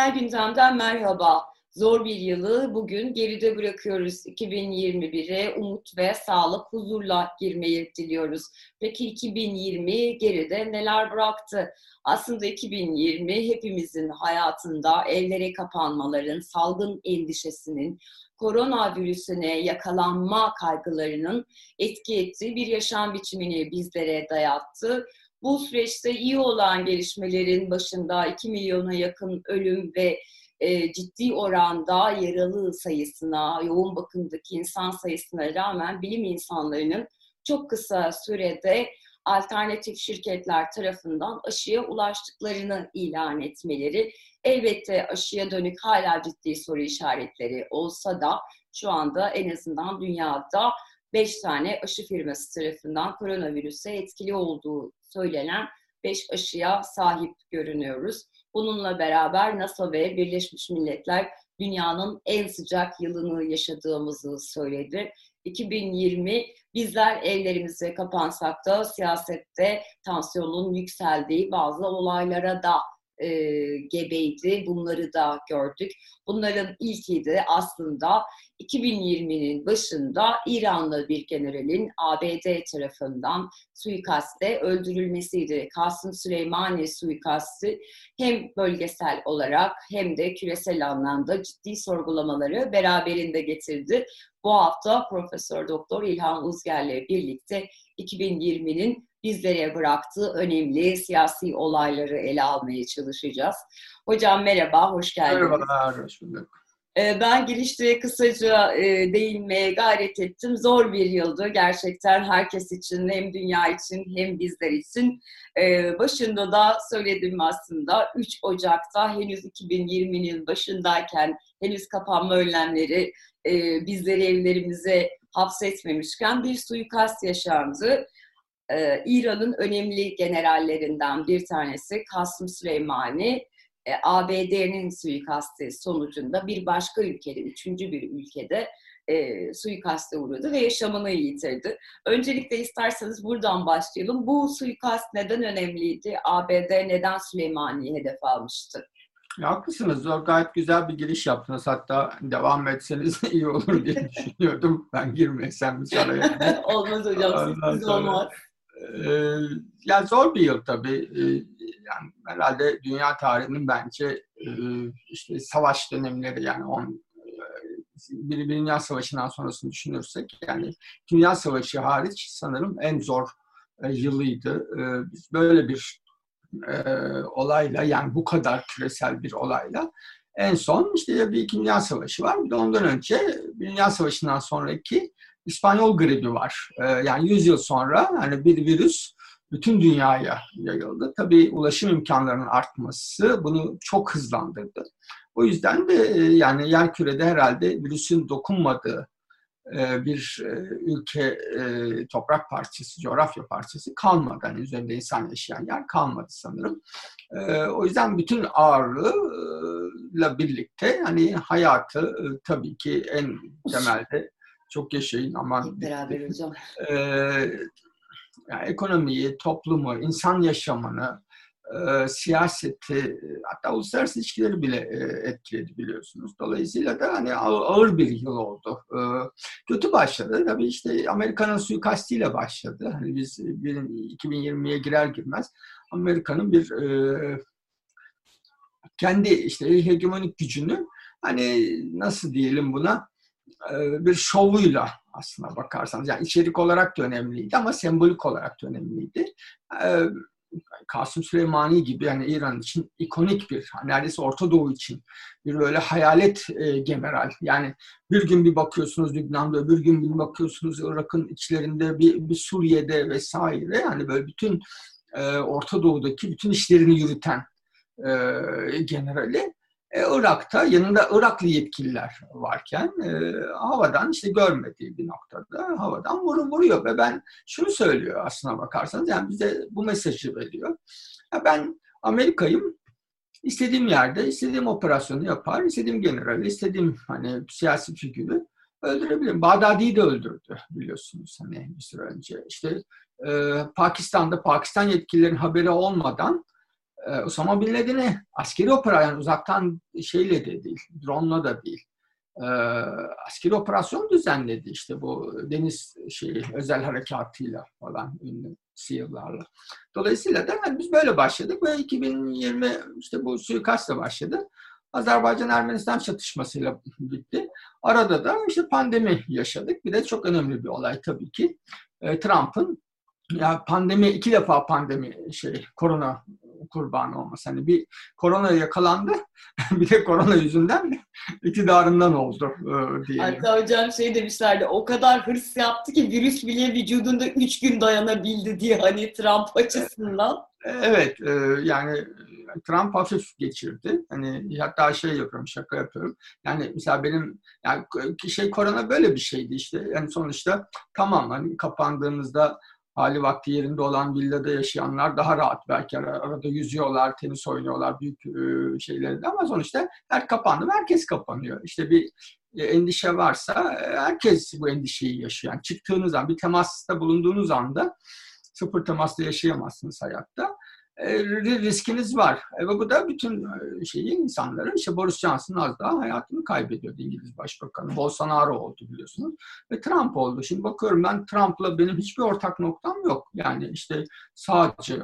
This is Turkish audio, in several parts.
Genel gündemden merhaba. Zor bir yılı bugün geride bırakıyoruz. 2021'e umut ve sağlık, huzurla girmeyi diliyoruz. Peki 2020 geride neler bıraktı? Aslında 2020 hepimizin hayatında evlere kapanmaların, salgın endişesinin, koronavirüsüne yakalanma kaygılarının etki ettiği bir yaşam biçimini bizlere dayattı. Bu süreçte iyi olan gelişmelerin başında 2 milyona yakın ölüm ve ciddi oranda yaralı sayısına, yoğun bakımdaki insan sayısına rağmen bilim insanlarının çok kısa sürede alternatif şirketler tarafından aşıya ulaştıklarını ilan etmeleri, elbette aşıya dönük hala ciddi soru işaretleri olsa da şu anda en azından dünyada 5 tane aşı firması tarafından koronavirüse etkili olduğu söylenen 5 aşıya sahip görünüyoruz. Bununla beraber NASA ve Birleşmiş Milletler dünyanın en sıcak yılını yaşadığımızı söyledi. 2020 bizler evlerimize kapansak da siyasette tansiyonun yükseldiği bazı olaylara da gebeydi. Bunları da gördük. Bunların ilki de aslında 2020'nin başında İranlı bir generalin ABD tarafından suikastte öldürülmesiydi. Kasım Süleymani suikasti hem bölgesel olarak hem de küresel anlamda ciddi sorgulamaları beraberinde getirdi. Bu hafta Profesör Doktor İlhan Uzger'le birlikte 2020'nin bizlere bıraktığı önemli siyasi olayları ele almaya çalışacağız. Hocam merhaba, hoş geldiniz. Merhabalar, hoş bulduk. Ben girişte kısaca değinmeye gayret ettim. Zor bir yıldı gerçekten herkes için, hem dünya için hem bizler için. Başında da söyledim aslında 3 Ocak'ta henüz 2020'nin başındayken henüz kapanma önlemleri bizleri evlerimize hapsetmemişken bir suikast yaşandı. İran'ın önemli generallerinden bir tanesi Kasım Süleymani, ABD'nin suikastı sonucunda bir başka ülkede, üçüncü bir ülkede suikaste uğradı ve yaşamını yitirdi. Öncelikle isterseniz buradan başlayalım. Bu suikast neden önemliydi? ABD neden Süleymani'yi hedef almıştı? Haklısınız. Gayet güzel bir giriş yaptınız. Hatta devam etseniz iyi olur diye düşünüyordum. Ben girmesem hiç araya. Olmaz hocam, siz olmaz. Yani zor bir yıl tabii. Yani herhalde dünya tarihinin bence işte savaş dönemleri, yani bir Dünya Savaşı'ndan sonrasını düşünürsek, yani Dünya Savaşı hariç sanırım en zor yılıydı. Biz böyle bir olayla, yani bu kadar küresel bir olayla, en son işte bir İkinci Dünya Savaşı var. Bir de ondan önce bir Dünya Savaşı'ndan sonraki İspanyol gribi var. Yani 100 yıl sonra hani bir virüs bütün dünyaya yayıldı. Tabii ulaşım imkanlarının artması bunu çok hızlandırdı. O yüzden de yani yerkürede herhalde virüsün dokunmadığı bir ülke, toprak parçası, coğrafya parçası kalmadı. Yani üzerinde insan yaşayan yer kalmadı sanırım. O yüzden bütün ağırlığıyla birlikte hani hayatı tabii ki en temelde çok yaşayın aman. Beraber hocam. Yani ekonomiyi, toplumu, insan yaşamını, siyaseti, hatta uluslararası ilişkileri bile etkiledi biliyorsunuz. Dolayısıyla da hani ağır bir yıl oldu. Kötü başladı. Tabii işte Amerika'nın suikastiyle başladı. Hani biz 2020'ye girer girmez Amerika'nın bir kendi işte hegemonik gücünü, hani nasıl diyelim buna, bir şovuyla aslına bakarsanız, yani içerik olarak da önemliydi ama sembolik olarak da önemliydi. Kasım Süleymani gibi yani İran için ikonik bir, neredeyse Orta Doğu için bir böyle hayalet general. Yani bir gün bir bakıyorsunuz Lübnan'da, öbür gün bir bakıyorsunuz Irak'ın içlerinde, bir Suriye'de vesaire. Yani böyle bütün Orta Doğu'daki bütün işlerini yürüten generali. Irak'ta yanında Iraklı yetkililer varken havadan, işte görmediği bir noktada havadan vuruyor ve ben şunu söylüyor aslına bakarsanız, yani bize bu mesajı veriyor. Ya ben Amerika'yım, istediğim yerde istediğim operasyonu yapar, istediğim generali, istediğim hani siyasi figürü öldürebilirim. Bağdadi'yi de öldürdü biliyorsunuz hani bir süre önce. İşte Pakistan'da Pakistan yetkililerin haberi olmadan Osama Bin Laden'i askeri opera, yani uzaktan şeyle de değil, drone'la da değil. E, Askeri operasyon düzenledi işte bu deniz özel harekatıyla falan, ünlü SEAL'larla. Dolayısıyla da yani biz böyle başladık ve 2020 işte bu suikastla başladı. Azerbaycan-Ermenistan çatışmasıyla bitti. Arada da işte pandemi yaşadık. Bir de çok önemli bir olay tabii ki. Trump'ın, ya pandemi, 2 defa pandemi korona kurbanı olması. Hani bir koronaya yakalandı, bir de korona yüzünden iktidarından oldu diyelim. Hatta hocam demişlerdi, o kadar hırs yaptı ki virüs bile vücudunda 3 gün dayanabildi diye, hani Trump açısından. Evet, yani Trump hafif geçirdi. Hani hatta yapıyorum, şaka yapıyorum. Yani mesela benim, yani korona böyle bir şeydi işte. Yani sonuçta tamam, hani kapandığımızda hali vakti yerinde olan villada yaşayanlar daha rahat, belki arada yüzüyorlar, tenis oynuyorlar büyük şeylerinde, ama sonuçta her kapandı, herkes kapanıyor. İşte bir endişe varsa herkes bu endişeyi yaşıyor. Yani çıktığınız an, bir temasta bulunduğunuz anda, sıfır temasla yaşayamazsınız hayatta. Riskiniz var. Ve bu da bütün insanların, işte Boris Johnson az daha hayatını kaybediyordu, İngiliz Başbakanı. Bolsonaro oldu biliyorsunuz. Ve Trump oldu. Şimdi bakıyorum, ben Trump'la benim hiçbir ortak noktam yok. Yani işte sadece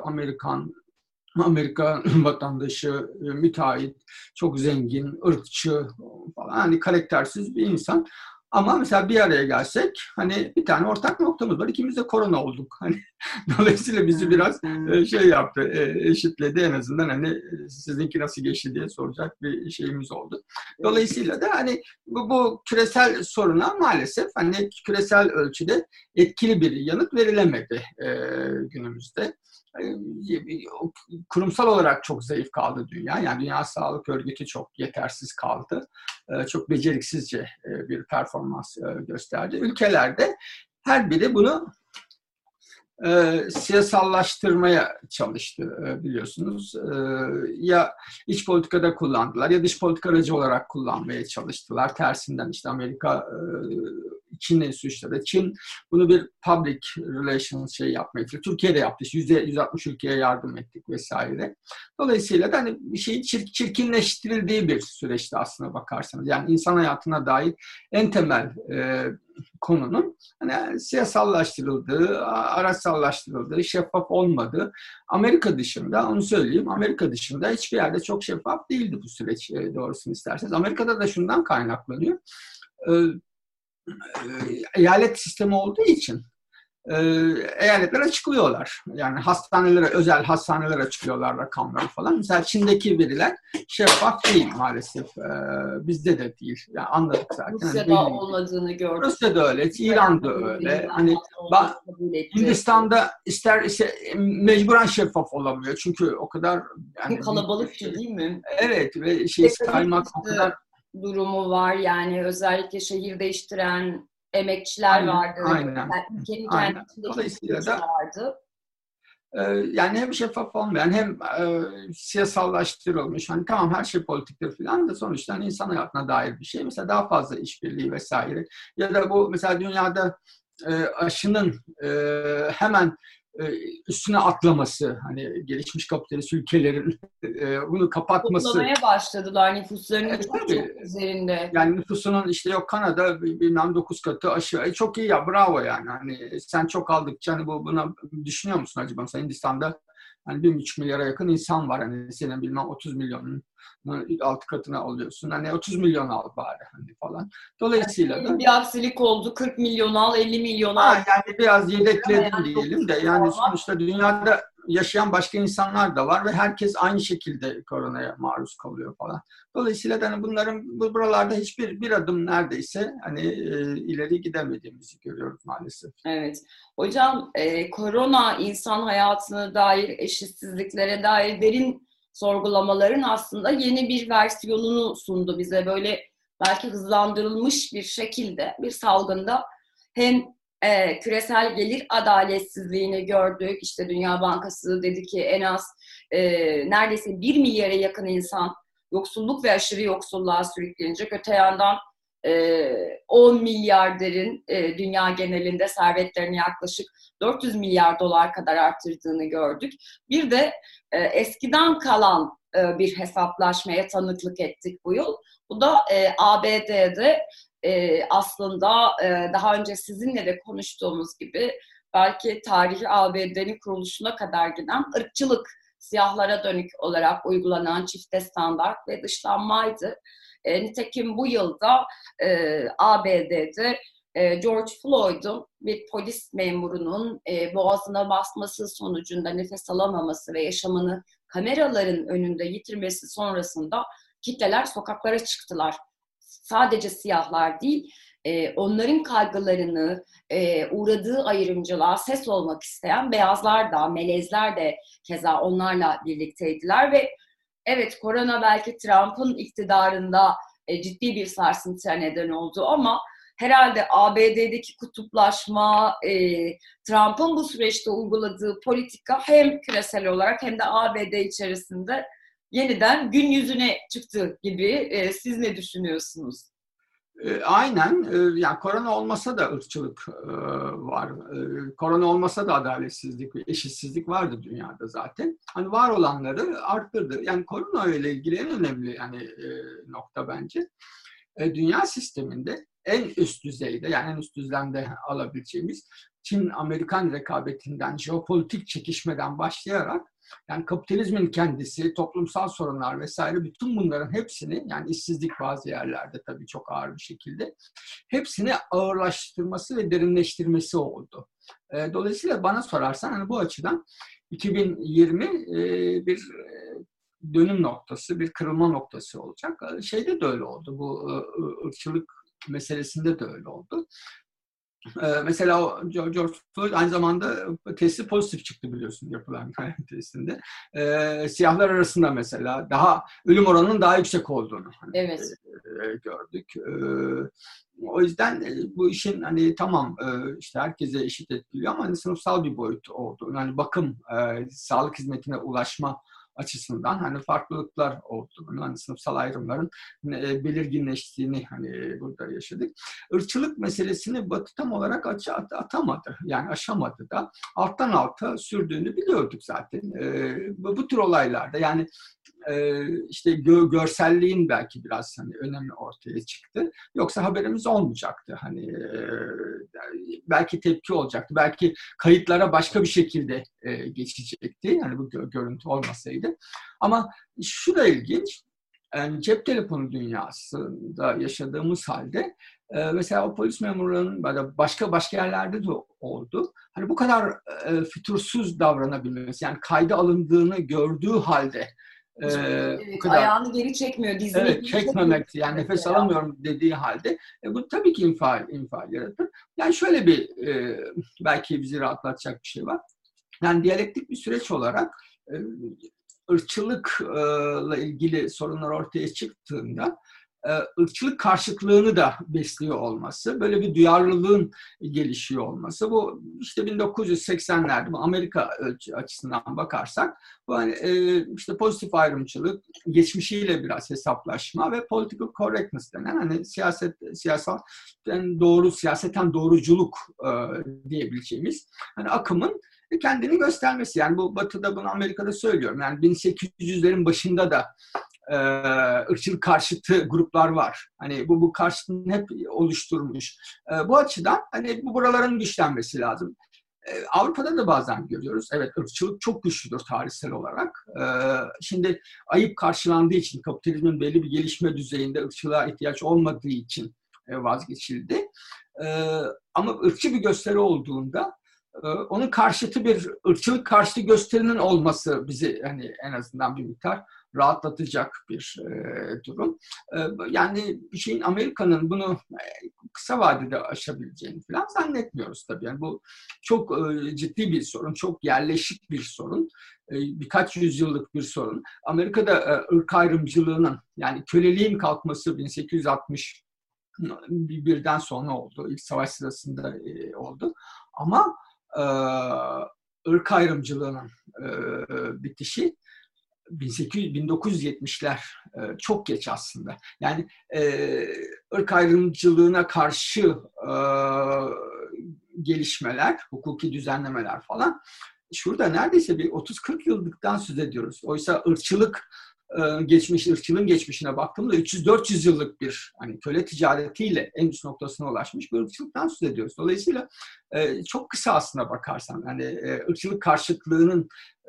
Amerika vatandaşı, müteahhit, çok zengin, ırkçı falan, hani karaktersiz bir insan. Ama mesela bir araya gelsek, hani bir tane ortak noktamız var. İkimiz de korona olduk. Hani dolayısıyla bizi biraz yaptı, eşitledi en azından, hani sizinki nasıl geçti diye soracak bir şeyimiz oldu. Dolayısıyla da hani bu küresel soruna maalesef hani küresel ölçüde etkili bir yanıt verilemedi günümüzde. Kurumsal olarak çok zayıf kaldı dünya. Yani Dünya Sağlık Örgütü çok yetersiz kaldı. Çok beceriksizce bir performans gösterdi. Ülkelerde her biri bunu siyasallaştırmaya çalıştı, biliyorsunuz. Ya iç politikada kullandılar, ya dış politika aracı olarak kullanmaya çalıştılar. Tersinden işte Amerika Çin'le suçladı. Çin bunu bir public relations yapmaya çalıştı. Türkiye de yaptı. 160 ülkeye yardım ettik vesaire. Dolayısıyla da hani bir şeyin çirkinleştirildiği bir süreçti aslına bakarsanız. Yani insan hayatına dair en temel konunun hani siyasallaştırıldığı, araçsallaştırıldığı, şeffaf olmadığı. Amerika dışında, onu söyleyeyim, Amerika dışında hiçbir yerde çok şeffaf değildi bu süreç, doğrusunu isterseniz. Amerika'da da şundan kaynaklanıyor. Eyalet sistemi olduğu için eyaletler açıklıyorlar. Yani hastanelere, özel hastaneler açıklıyorlar rakamları falan. Mesela Çin'deki veriler şeffaf değil maalesef. Bizde de değil. Yani anladık zaten. Rusya'da yani olmadığını gördük. Rusya'da öyle, İran'da öyle. Hani Hindistan'da mecburen şeffaf olamıyor. Çünkü o kadar yani kalabalıktı değil mi? Evet, ve saymak o kadar durumu var. Yani özellikle şehir değiştiren emekçiler vardı. Aynen. Yani ülkenin kendi içindeki vardı. Yani hem şeffaf olmayan, hem siyasallaştırılmış. Hani tamam, her şey politiktir falan da sonuçta hani insan hayatına dair bir şey. Mesela daha fazla işbirliği vesaire. Ya da bu mesela dünyada aşının hemen üstüne atlaması, hani gelişmiş kapitalist ülkelerin bunu kapatması. Toplamaya başladılar nüfuslarının çok üzerinde. Yani nüfusunun işte yok Kanada bilmem 9 katı aşı. Çok iyi ya, bravo yani. Hani sen çok aldıkça hani buna düşünüyor musun acaba? Mesela Hindistan'da hani 1,5 milyara yakın insan var. Hani senin bilmem 30 milyonun 6 katına alıyorsun. Hani 30 milyon al bari hani falan. Dolayısıyla yani da bir aksilik oldu. 40 milyon al, 50 milyon al. Yani biraz yedekledin diyelim de, yani sonuçta dünyada yaşayan başka insanlar da var ve herkes aynı şekilde koronaya maruz kalıyor falan. Dolayısıyla da hani bunların buralarda hiçbir adım neredeyse hani ileri gidemediğimizi görüyoruz maalesef. Evet. Hocam korona insan hayatına dair, eşitsizliklere dair derin sorgulamaların aslında yeni bir versiyonunu sundu bize. Böyle belki hızlandırılmış bir şekilde bir salgında hem küresel gelir adaletsizliğini gördük. İşte Dünya Bankası dedi ki en az neredeyse 1 milyara yakın insan yoksulluk ve aşırı yoksulluğa sürüklenecek. Öte yandan 10 milyarderin dünya genelinde servetlerini yaklaşık 400 milyar dolar kadar arttırdığını gördük. Bir de eskiden kalan bir hesaplaşmaya tanıklık ettik bu yıl. Bu da ABD'de aslında daha önce sizinle de konuştuğumuz gibi belki tarihi ABD'nin kuruluşuna kadar giden ırkçılık, siyahlara dönük olarak uygulanan çifte standart ve dışlanmaydı. Nitekim bu yılda ABD'de George Floyd'un bir polis memurunun boğazına basması sonucunda nefes alamaması ve yaşamını kameraların önünde yitirmesi sonrasında kitleler sokaklara çıktılar. Sadece siyahlar değil, onların kaygılarını, uğradığı ayrımcılığa ses olmak isteyen beyazlar da, melezler de keza onlarla birlikteydiler ve evet, korona belki Trump'ın iktidarında ciddi bir sarsıntıya neden oldu ama herhalde ABD'deki kutuplaşma, Trump'ın bu süreçte uyguladığı politika hem küresel olarak hem de ABD içerisinde yeniden gün yüzüne çıktı gibi. Siz ne düşünüyorsunuz? Aynen. Yani korona olmasa da ırkçılık var. Korona olmasa da adaletsizlik ve eşitsizlik vardı dünyada zaten. Hani var olanları arttırdı. Yani korona ile ilgili en önemli nokta bence dünya sisteminde en üst düzeyde, yani en üst düzlemde alabileceğimiz Çin-Amerikan rekabetinden, jeopolitik çekişmeden başlayarak yani kapitalizmin kendisi, toplumsal sorunlar vesaire, bütün bunların hepsini, yani işsizlik bazı yerlerde tabii çok ağır bir şekilde, hepsini ağırlaştırması ve derinleştirmesi oldu. Dolayısıyla bana sorarsan hani bu açıdan 2020 bir dönüm noktası, bir kırılma noktası olacak. Şeyde de öyle oldu. Bu ırkçılık meselesinde de öyle oldu. Mesela o George Floyd aynı zamanda testi pozitif çıktı, biliyorsun, yapılan testinde. Siyahlar arasında mesela daha ölüm oranının daha yüksek olduğunu evet. Gördük. O yüzden bu işin hani tamam işte herkese eşit etkiliyor ama hani sınıfsal bir boyut oldu. Yani bakım, sağlık hizmetine ulaşma açısından hani farklılıklar olduğunu, hani sınıfsal ayrımların belirginleştiğini hani burada yaşadık. Irkçılık meselesini Batı tam olarak atamadı. Yani aşamadı da. Alttan alta sürdüğünü biliyorduk zaten. Bu tür olaylarda yani işte görselliğin belki biraz hani önemi ortaya çıktı. Yoksa haberimiz olmayacaktı. Hani belki tepki olacaktı. Belki kayıtlara başka bir şekilde geçecekti. Yani bu görüntü olmasaydı. Ama şu da ilginç. Yani cep telefonu dünyasında yaşadığımız halde mesela o polis memurlarının başka yerlerde de oldu. Hani bu kadar fütursuz davranabilmesi, yani kayda alındığını gördüğü halde evet, bu kadar ayağını geri çekmiyor, dizini geri çekmiyor. çekmemek, yani nefes alamıyorum dediği halde bu tabii ki infial yaratır. Yani şöyle bir belki bizi rahatlatacak bir şey var. Yani diyalektik bir süreç olarak ırkçılıkla ilgili sorunlar ortaya çıktığında ırkçılık karşıtlığını da besliyor olması, böyle bir duyarlılığın gelişiyor olması. Bu işte 1980'lerde Amerika açısından bakarsak bu hani, işte pozitif ayrımcılık, geçmişiyle biraz hesaplaşma ve political correctness denen hani siyaseten doğruculuk diyebileceğimiz hani akımın kendini göstermesi. Yani bu Batı'da, bunu Amerika'da söylüyorum. Yani 1800'lerin başında da ırkçılık karşıtı gruplar var. Hani bu karşıtını hep oluşturmuş. Bu açıdan hani bu buraların güçlenmesi lazım. Avrupa'da da bazen görüyoruz. Evet, ırkçılık çok güçlüdür tarihsel olarak. Şimdi ayıp karşılandığı için, kapitalizmin belli bir gelişme düzeyinde ırkçılığa ihtiyaç olmadığı için vazgeçildi. Ama ırkçı bir gösteri olduğunda onun karşıtı bir ırkçılık karşıtı gösterinin olması bizi hani en azından bir miktar rahatlatacak bir durum. Yani bir şeyin, Amerika'nın bunu kısa vadede aşabileceğini falan zannetmiyoruz tabii. Yani bu çok ciddi bir sorun, çok yerleşik bir sorun. Birkaç yüzyıllık bir sorun. Amerika'da ırk ayrımcılığının, yani köleliğin kalkması 1860 birden sonra oldu. İlk savaş sırasında oldu. Ama ırk ayrımcılığının bitişi 1970'ler çok geç aslında. Yani ırk ayrımcılığına karşı gelişmeler, hukuki düzenlemeler falan şurada neredeyse bir 30-40 yıllıktan söz ediyoruz. Oysa ırkçılığın geçmişine baktığımda 300-400 yıllık bir hani köle ticaretiyle en üst noktasına ulaşmış bir ırkçılıktan söz ediyoruz. Dolayısıyla çok kısa aslına bakarsan hani ırkçılık karşıtlığının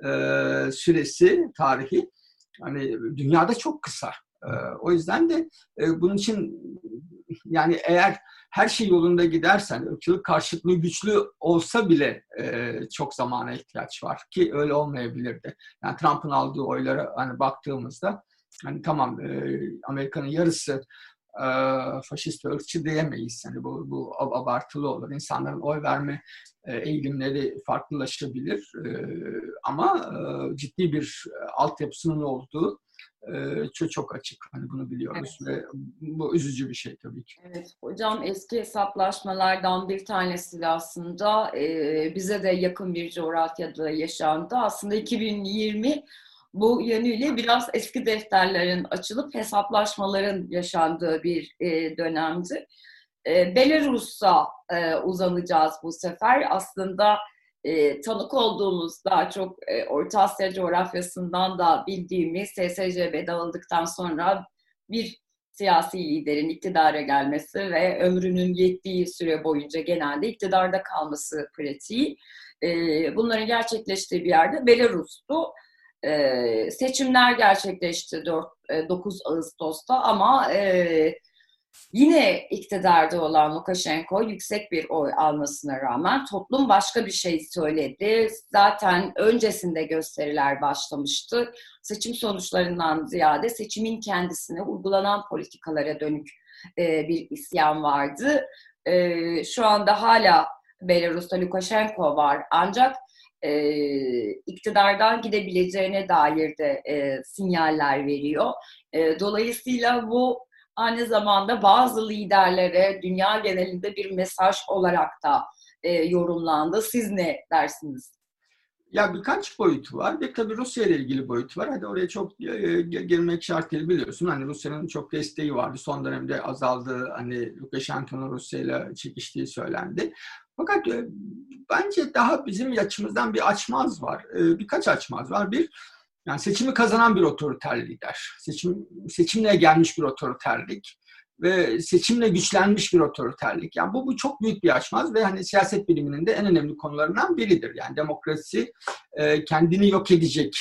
süresi, tarihi hani dünyada çok kısa. O yüzden de bunun için yani eğer her şey yolunda gidersen, ırkçılık karşıtlığı güçlü olsa bile çok zamana ihtiyaç var ki öyle olmayabilirdi. Yani Trump'ın aldığı oylara hani baktığımızda hani tamam Amerika'nın yarısı faşist ve ırkçı diyemeyiz. Yani bu abartılı olur. İnsanların oy verme eğilimleri farklılaşabilir. Ama ciddi bir altyapısının olduğu çok açık. Hani bunu biliyoruz Evet. ve bu üzücü bir şey tabii ki. Evet hocam, eski hesaplaşmalardan bir tanesi de aslında bize de yakın bir coğrafyada yaşandı. Aslında 2020 bu yönüyle biraz eski defterlerin açılıp hesaplaşmaların yaşandığı bir dönemdi. Belarus'a uzanacağız bu sefer. Aslında tanık olduğumuz daha çok Orta Asya coğrafyasından da bildiğimiz SSCB dağıldıktan sonra bir siyasi liderin iktidara gelmesi ve ömrünün yettiği süre boyunca genelde iktidarda kalması pratiği. Bunların gerçekleştiği bir yerde Belarus'tu. Seçimler gerçekleşti 9 Ağustos'ta ama yine iktidarda olan Lukashenko yüksek bir oy almasına rağmen toplum başka bir şey söyledi. Zaten öncesinde gösteriler başlamıştı. Seçim sonuçlarından ziyade seçimin kendisine uygulanan politikalara dönük bir isyan vardı. Şu anda hala Belarus'ta Lukashenko var ancak iktidardan gidebileceğine dair de sinyaller veriyor. Dolayısıyla bu aynı zamanda bazı liderlere dünya genelinde bir mesaj olarak da yorumlandı. Siz ne dersiniz? Ya birkaç boyutu var. Bir tabii Rusya ile ilgili boyutu var. Hadi oraya çok girmek şart değil biliyorsun. Hani Rusya'nın çok desteği vardı. Son dönemde azaldı. Hani Lukashenko'nun Rusya ile çekiştiği söylendi. Fakat bence daha bizim açımızdan bir açmaz var. Birkaç açmaz var. Bir, yani seçimi kazanan bir otoriter lider. Seçimle gelmiş bir otoriterlik ve seçimle güçlenmiş bir otoriterlik. Yani bu çok büyük bir açmaz ve hani siyaset biliminin de en önemli konularından biridir. Yani demokrasi kendini yok edecek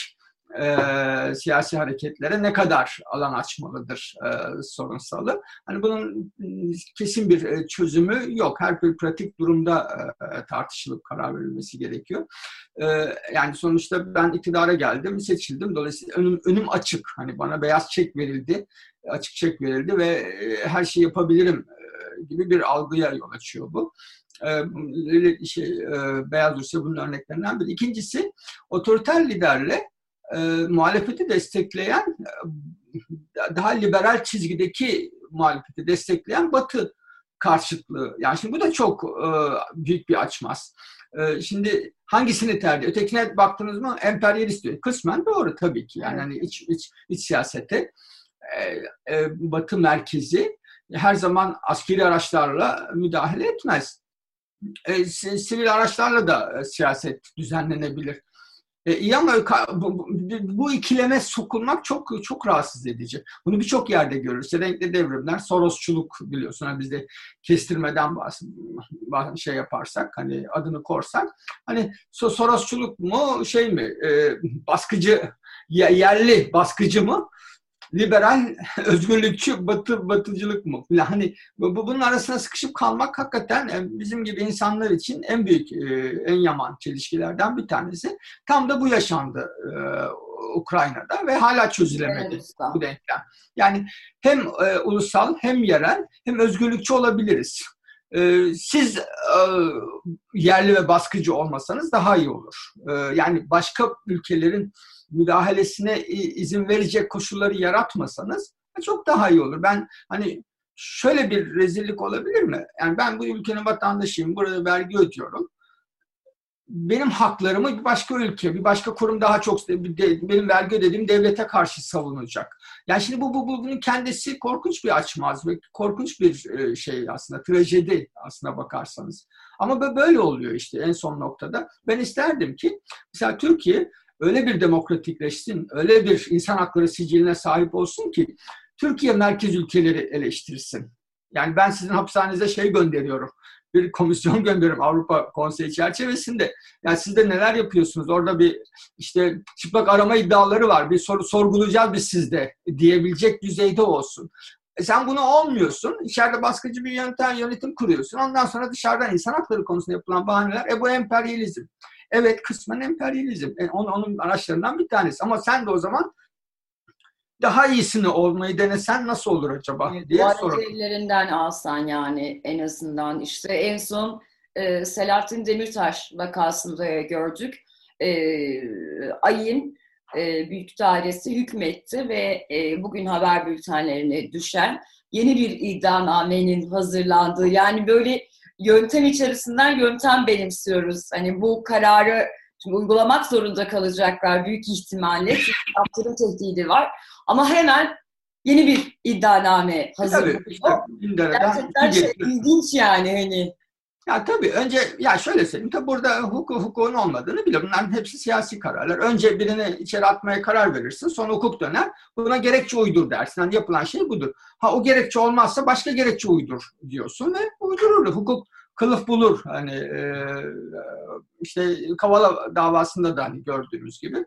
siyasi hareketlere ne kadar alan açmalıdır sorunsalı. Hani bunun kesin bir çözümü yok. Her bir pratik durumda tartışılıp karar verilmesi gerekiyor. Yani sonuçta ben iktidara geldim, seçildim. Dolayısıyla önüm açık. Hani bana beyaz çek verildi, açık çek verildi ve her şeyi yapabilirim gibi bir algıya yol açıyor bu. Beyaz Rusya bunun örneklerinden biri. İkincisi, otoriter liderle muhalefeti destekleyen, daha liberal çizgideki muhalefeti destekleyen Batı karşıtlığı. Yani şimdi bu da çok büyük bir açmaz. Şimdi hangisini tercih? Ötekine baktınız mı emperyalist diyor. Kısmen doğru tabii ki. Yani hani iç siyasete Batı merkezi her zaman askeri araçlarla müdahale etmez. Sivil araçlarla da siyaset düzenlenebilir. İyi ama bu ikileme sokulmak çok rahatsız edici. Bunu birçok yerde görürüz. Renkli devrimler, Sorosçuluk biliyorsun. Yani biz de kestirmeden şey yaparsak, hani adını korsak, hani Sorosçuluk mu, şey mi, baskıcı, yerli baskıcı mı? Liberal, özgürlükçü, batıcılık mı? Hani bunun arasına sıkışıp kalmak hakikaten bizim gibi insanlar için en büyük, en yaman çelişkilerden bir tanesi. Tam da bu yaşandı Ukrayna'da ve hala çözülemedi bu denklem. Yani hem ulusal hem yerel hem özgürlükçü olabiliriz. Siz yerli ve baskıcı olmasanız daha iyi olur. Yani başka ülkelerin müdahalesine izin verecek koşulları yaratmasanız çok daha iyi olur. Ben hani şöyle bir rezillik olabilir mi? Yani ben bu ülkenin vatandaşıyım, burada vergi ödüyorum. benim haklarımı bir başka ülke, bir başka kurum daha çok benim vergi ödediğim devlete karşı savunacak. Yani şimdi bunun kendisi korkunç bir açmaz ve korkunç bir şey aslında, trajedi aslına bakarsanız. Ama böyle oluyor işte en son noktada. Ben isterdim ki mesela Türkiye öyle bir demokratikleşsin, öyle bir insan hakları siciline sahip olsun ki Türkiye merkez ülkeleri eleştirsin. Yani ben sizin hapishanenize şey gönderiyorum. Bir komisyon gönderiyorum Avrupa Konseyi çerçevesinde. Yani siz de neler yapıyorsunuz? Orada bir işte çıplak arama iddiaları var. Bir sorgulayacağız biz sizde diyebilecek düzeyde olsun. Sen bunu olmuyorsun. İçeride baskıcı bir yönetim kuruyorsun. Ondan sonra dışarıdan insan hakları konusunda yapılan bahaneler bu emperyalizm. Evet, kısmen emperyalizm. Onun araçlarından bir tanesi. Ama sen de o zaman daha iyisini olmayı denesen nasıl olur acaba diye sorun. Ellerinden alsan yani en azından işte en son Selahattin Demirtaş vakasında gördük. Aİ'nin büyük dairesi hükmetti ve bugün haber bültenlerine düşen yeni bir iddianamenin hazırlandığı, yani böyle yöntem içerisinden yöntem benimsiyoruz. Hani bu kararı şimdi uygulamak zorunda kalacaklar büyük ihtimalle. Çünkü yaptırım tehdidi var. Ama hemen yeni bir iddianame hazırlanıyor. Tabii işte Gerçekten ilginç yani hani. Ya tabii önce ya şöyle söyleyeyim. Tabii burada hukukun olmadığını biliyorum. Bunların hepsi siyasi kararlar. Önce birini içeri atmaya karar verirsin. Sonra hukuk döner. Buna gerekçe uydur dersin. Yani yapılan şey budur. Ha o gerekçe olmazsa başka gerekçe uydur diyorsun ve uydurur. Hukuk kılıf bulur. Hani işte Kavala davasında da hani gördüğümüz gibi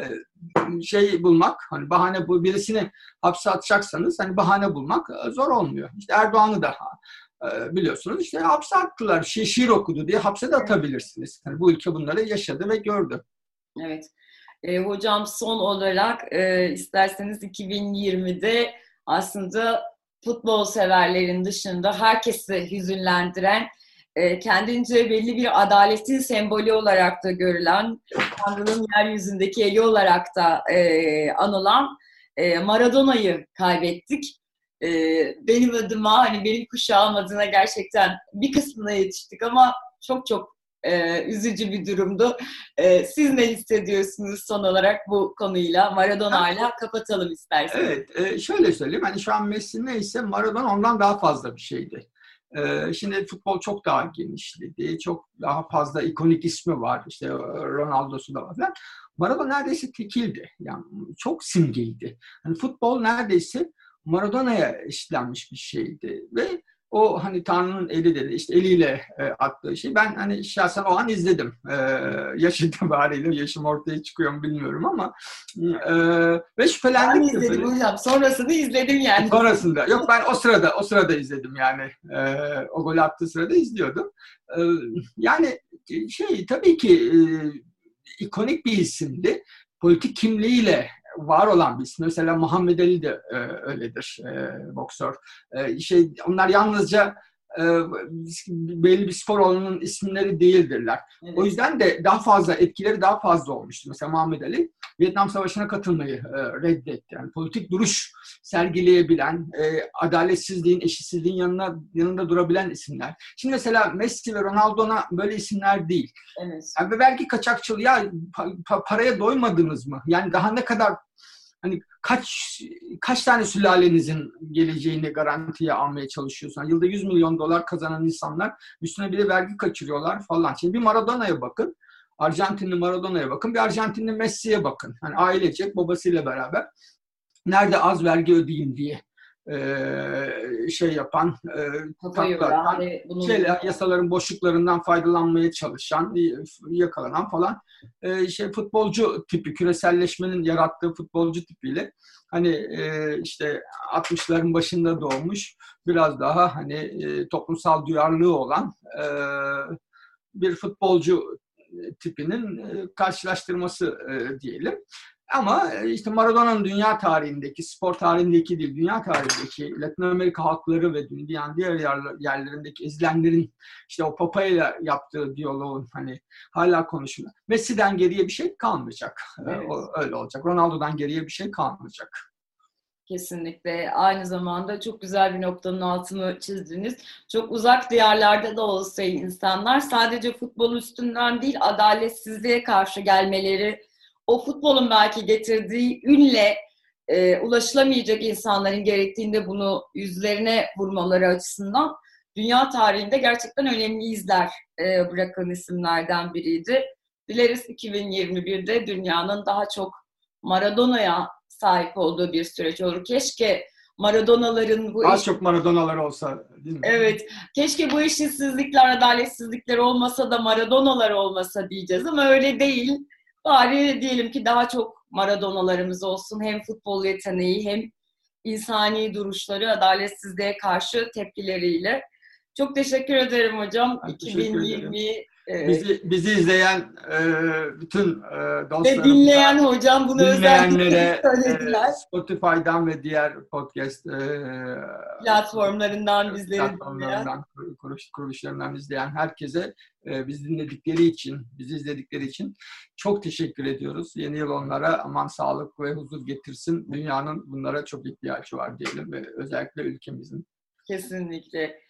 şey bulmak, hani bahane birisini hapse atacaksanız hani bahane bulmak zor olmuyor. İşte Erdoğan'ı da biliyorsunuz işte hapse attılar. Şiir okudu diye hapse de atabilirsiniz. Yani bu ülke bunları yaşadı ve gördü. Evet. Hocam son olarak isterseniz 2020'de aslında futbol severlerin dışında herkesi hüzünlendiren, kendince belli bir adaletin sembolü olarak da görülen, Tanrı'nın yeryüzündeki eli olarak da anılan Maradona'yı kaybettik. Benim adıma, hani benim kuşağım adına gerçekten bir kısmına yetiştik ama çok çok üzücü bir durumdu. Siz ne hissediyorsunuz son olarak bu konuyla? Maradona'yla kapatalım isterseniz. Evet, şöyle söyleyeyim. Hani şu an Messi neyse Maradona ondan daha fazla bir şeydi. Şimdi futbol çok daha genişledi. Çok daha fazla ikonik ismi var. İşte Ronaldo'su da var falan. Maradona neredeyse tekildi. Yani çok simgeydi. Yani futbol neredeyse Maradona'ya eşitlenmiş bir şeydi. Ve o hani Tanrı'nın eli dedi. İşte eliyle attığı şey. Ben hani şahsen o an izledim. Yaş itibariyle yaşım ortaya çıkıyor mu bilmiyorum ama ve şüphelendik. Ben izledim hocam. Sonrasını izledim yani. Sonrasında. Yok ben o sırada izledim yani. O gol attığı sırada izliyordum. Yani tabii ki ikonik bir isimdi. Politik kimliğiyle var olan bir isim. Mesela Muhammed Ali de öyledir, boksör. Onlar yalnızca belli bir spor alanının isimleri değildirler. Evet. O yüzden de daha fazla etkileri daha fazla olmuştu. Mesela Muhammed Ali Vietnam Savaşı'na katılmayı reddetti. Yani politik duruş sergileyebilen, adaletsizliğin, eşitsizliğin yanında durabilen isimler. Şimdi mesela Messi ve Ronaldo'na böyle isimler değil. Evet. Yani vergi kaçakçılığı, ya paraya doymadınız mı? Yani daha ne kadar, hani kaç tane sülalenizin geleceğini garantiye almaya çalışıyorsun? Yılda 100 milyon dolar kazanan insanlar üstüne bir de vergi kaçırıyorlar falan. Şimdi bir Maradona'ya bakın. Arjantinli Maradona'ya bakın. Bir Arjantinli Messi'ye bakın. Hani ailecek babasıyla beraber nerede az vergi ödeyeyim diye yapan, yasaların boşluklarından faydalanmaya çalışan, yakalanan falan futbolcu tipi, küreselleşmenin yarattığı futbolcu tipiyle hani işte 60'ların başında doğmuş, biraz daha hani toplumsal duyarlılığı olan bir futbolcu tipinin karşılaştırması diyelim. Ama işte Maradona'nın dünya tarihindeki, spor tarihindeki değil, dünya tarihindeki Latin Amerika halkları ve dünyanın diğer yerlerindeki ezilenlerin işte o Papa'yla yaptığı diyaloğun hani hala konuşuluyor. Messi'den geriye bir şey kalmayacak. Evet. Öyle olacak. Ronaldo'dan geriye bir şey kalmayacak. Kesinlikle. Aynı zamanda çok güzel bir noktanın altını çizdiniz. Çok uzak diyarlarda da olsa insanlar sadece futbol üstünden değil, adaletsizliğe karşı gelmeleri, o futbolun belki getirdiği ünle ulaşılamayacak insanların gerektiğinde bunu yüzlerine vurmaları açısından dünya tarihinde gerçekten önemli izler bırakan isimlerden biriydi. Dileriz 2021'de dünyanın daha çok Maradona'ya sahip olduğu bir süreç olur. Keşke Maradona'ların bu Daha çok Maradona'lar olsa değil mi? evet, keşke bu eşitsizlikler, adaletsizlikler olmasa da Maradona'lar olmasa diyeceğiz ama öyle değil. Bari diyelim ki daha çok Maradona'larımız olsun. Hem futbol yeteneği hem insani duruşları, adaletsizliğe karşı tepkileriyle. Çok teşekkür ederim hocam. Ben teşekkür ederim. 2020 Bizi izleyen bütün ve dostlarımıza, dinleyen hocam bunu özellikle dinleyenlere söylediler. Spotify'dan ve diğer podcast Platformlarından bizleri dinleyen. platformlarından, kuruluşlarından izleyen herkese bizi dinledikleri için, bizi izledikleri için çok teşekkür ediyoruz. Yeni yıl onlara aman sağlık ve huzur getirsin. Dünyanın bunlara çok ihtiyacı var diyelim ve özellikle ülkemizin. Kesinlikle.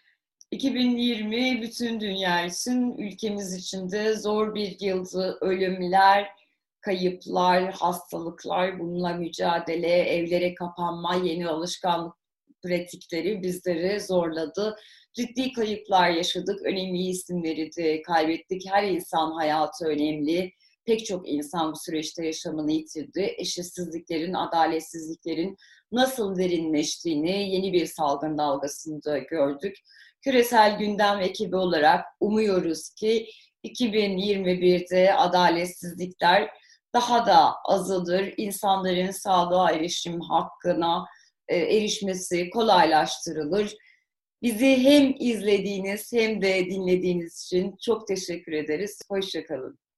2020 bütün dünya için, ülkemiz için de zor bir yıldı. Ölümler, kayıplar, hastalıklar, bununla mücadele, evlere kapanma, yeni alışkanlık pratikleri bizleri zorladı. Ciddi kayıplar yaşadık, önemli isimleri de kaybettik. Her insan hayatı önemli. Pek çok insan bu süreçte yaşamını yitirdi. Eşitsizliklerin, adaletsizliklerin nasıl derinleştiğini yeni bir salgın dalgasında gördük. Küresel Gündem ekibi olarak umuyoruz ki 2021'de adaletsizlikler daha da azalır, insanların sağlığa erişim hakkına erişmesi kolaylaştırılır. Bizi hem izlediğiniz hem de dinlediğiniz için çok teşekkür ederiz. Hoşça kalın.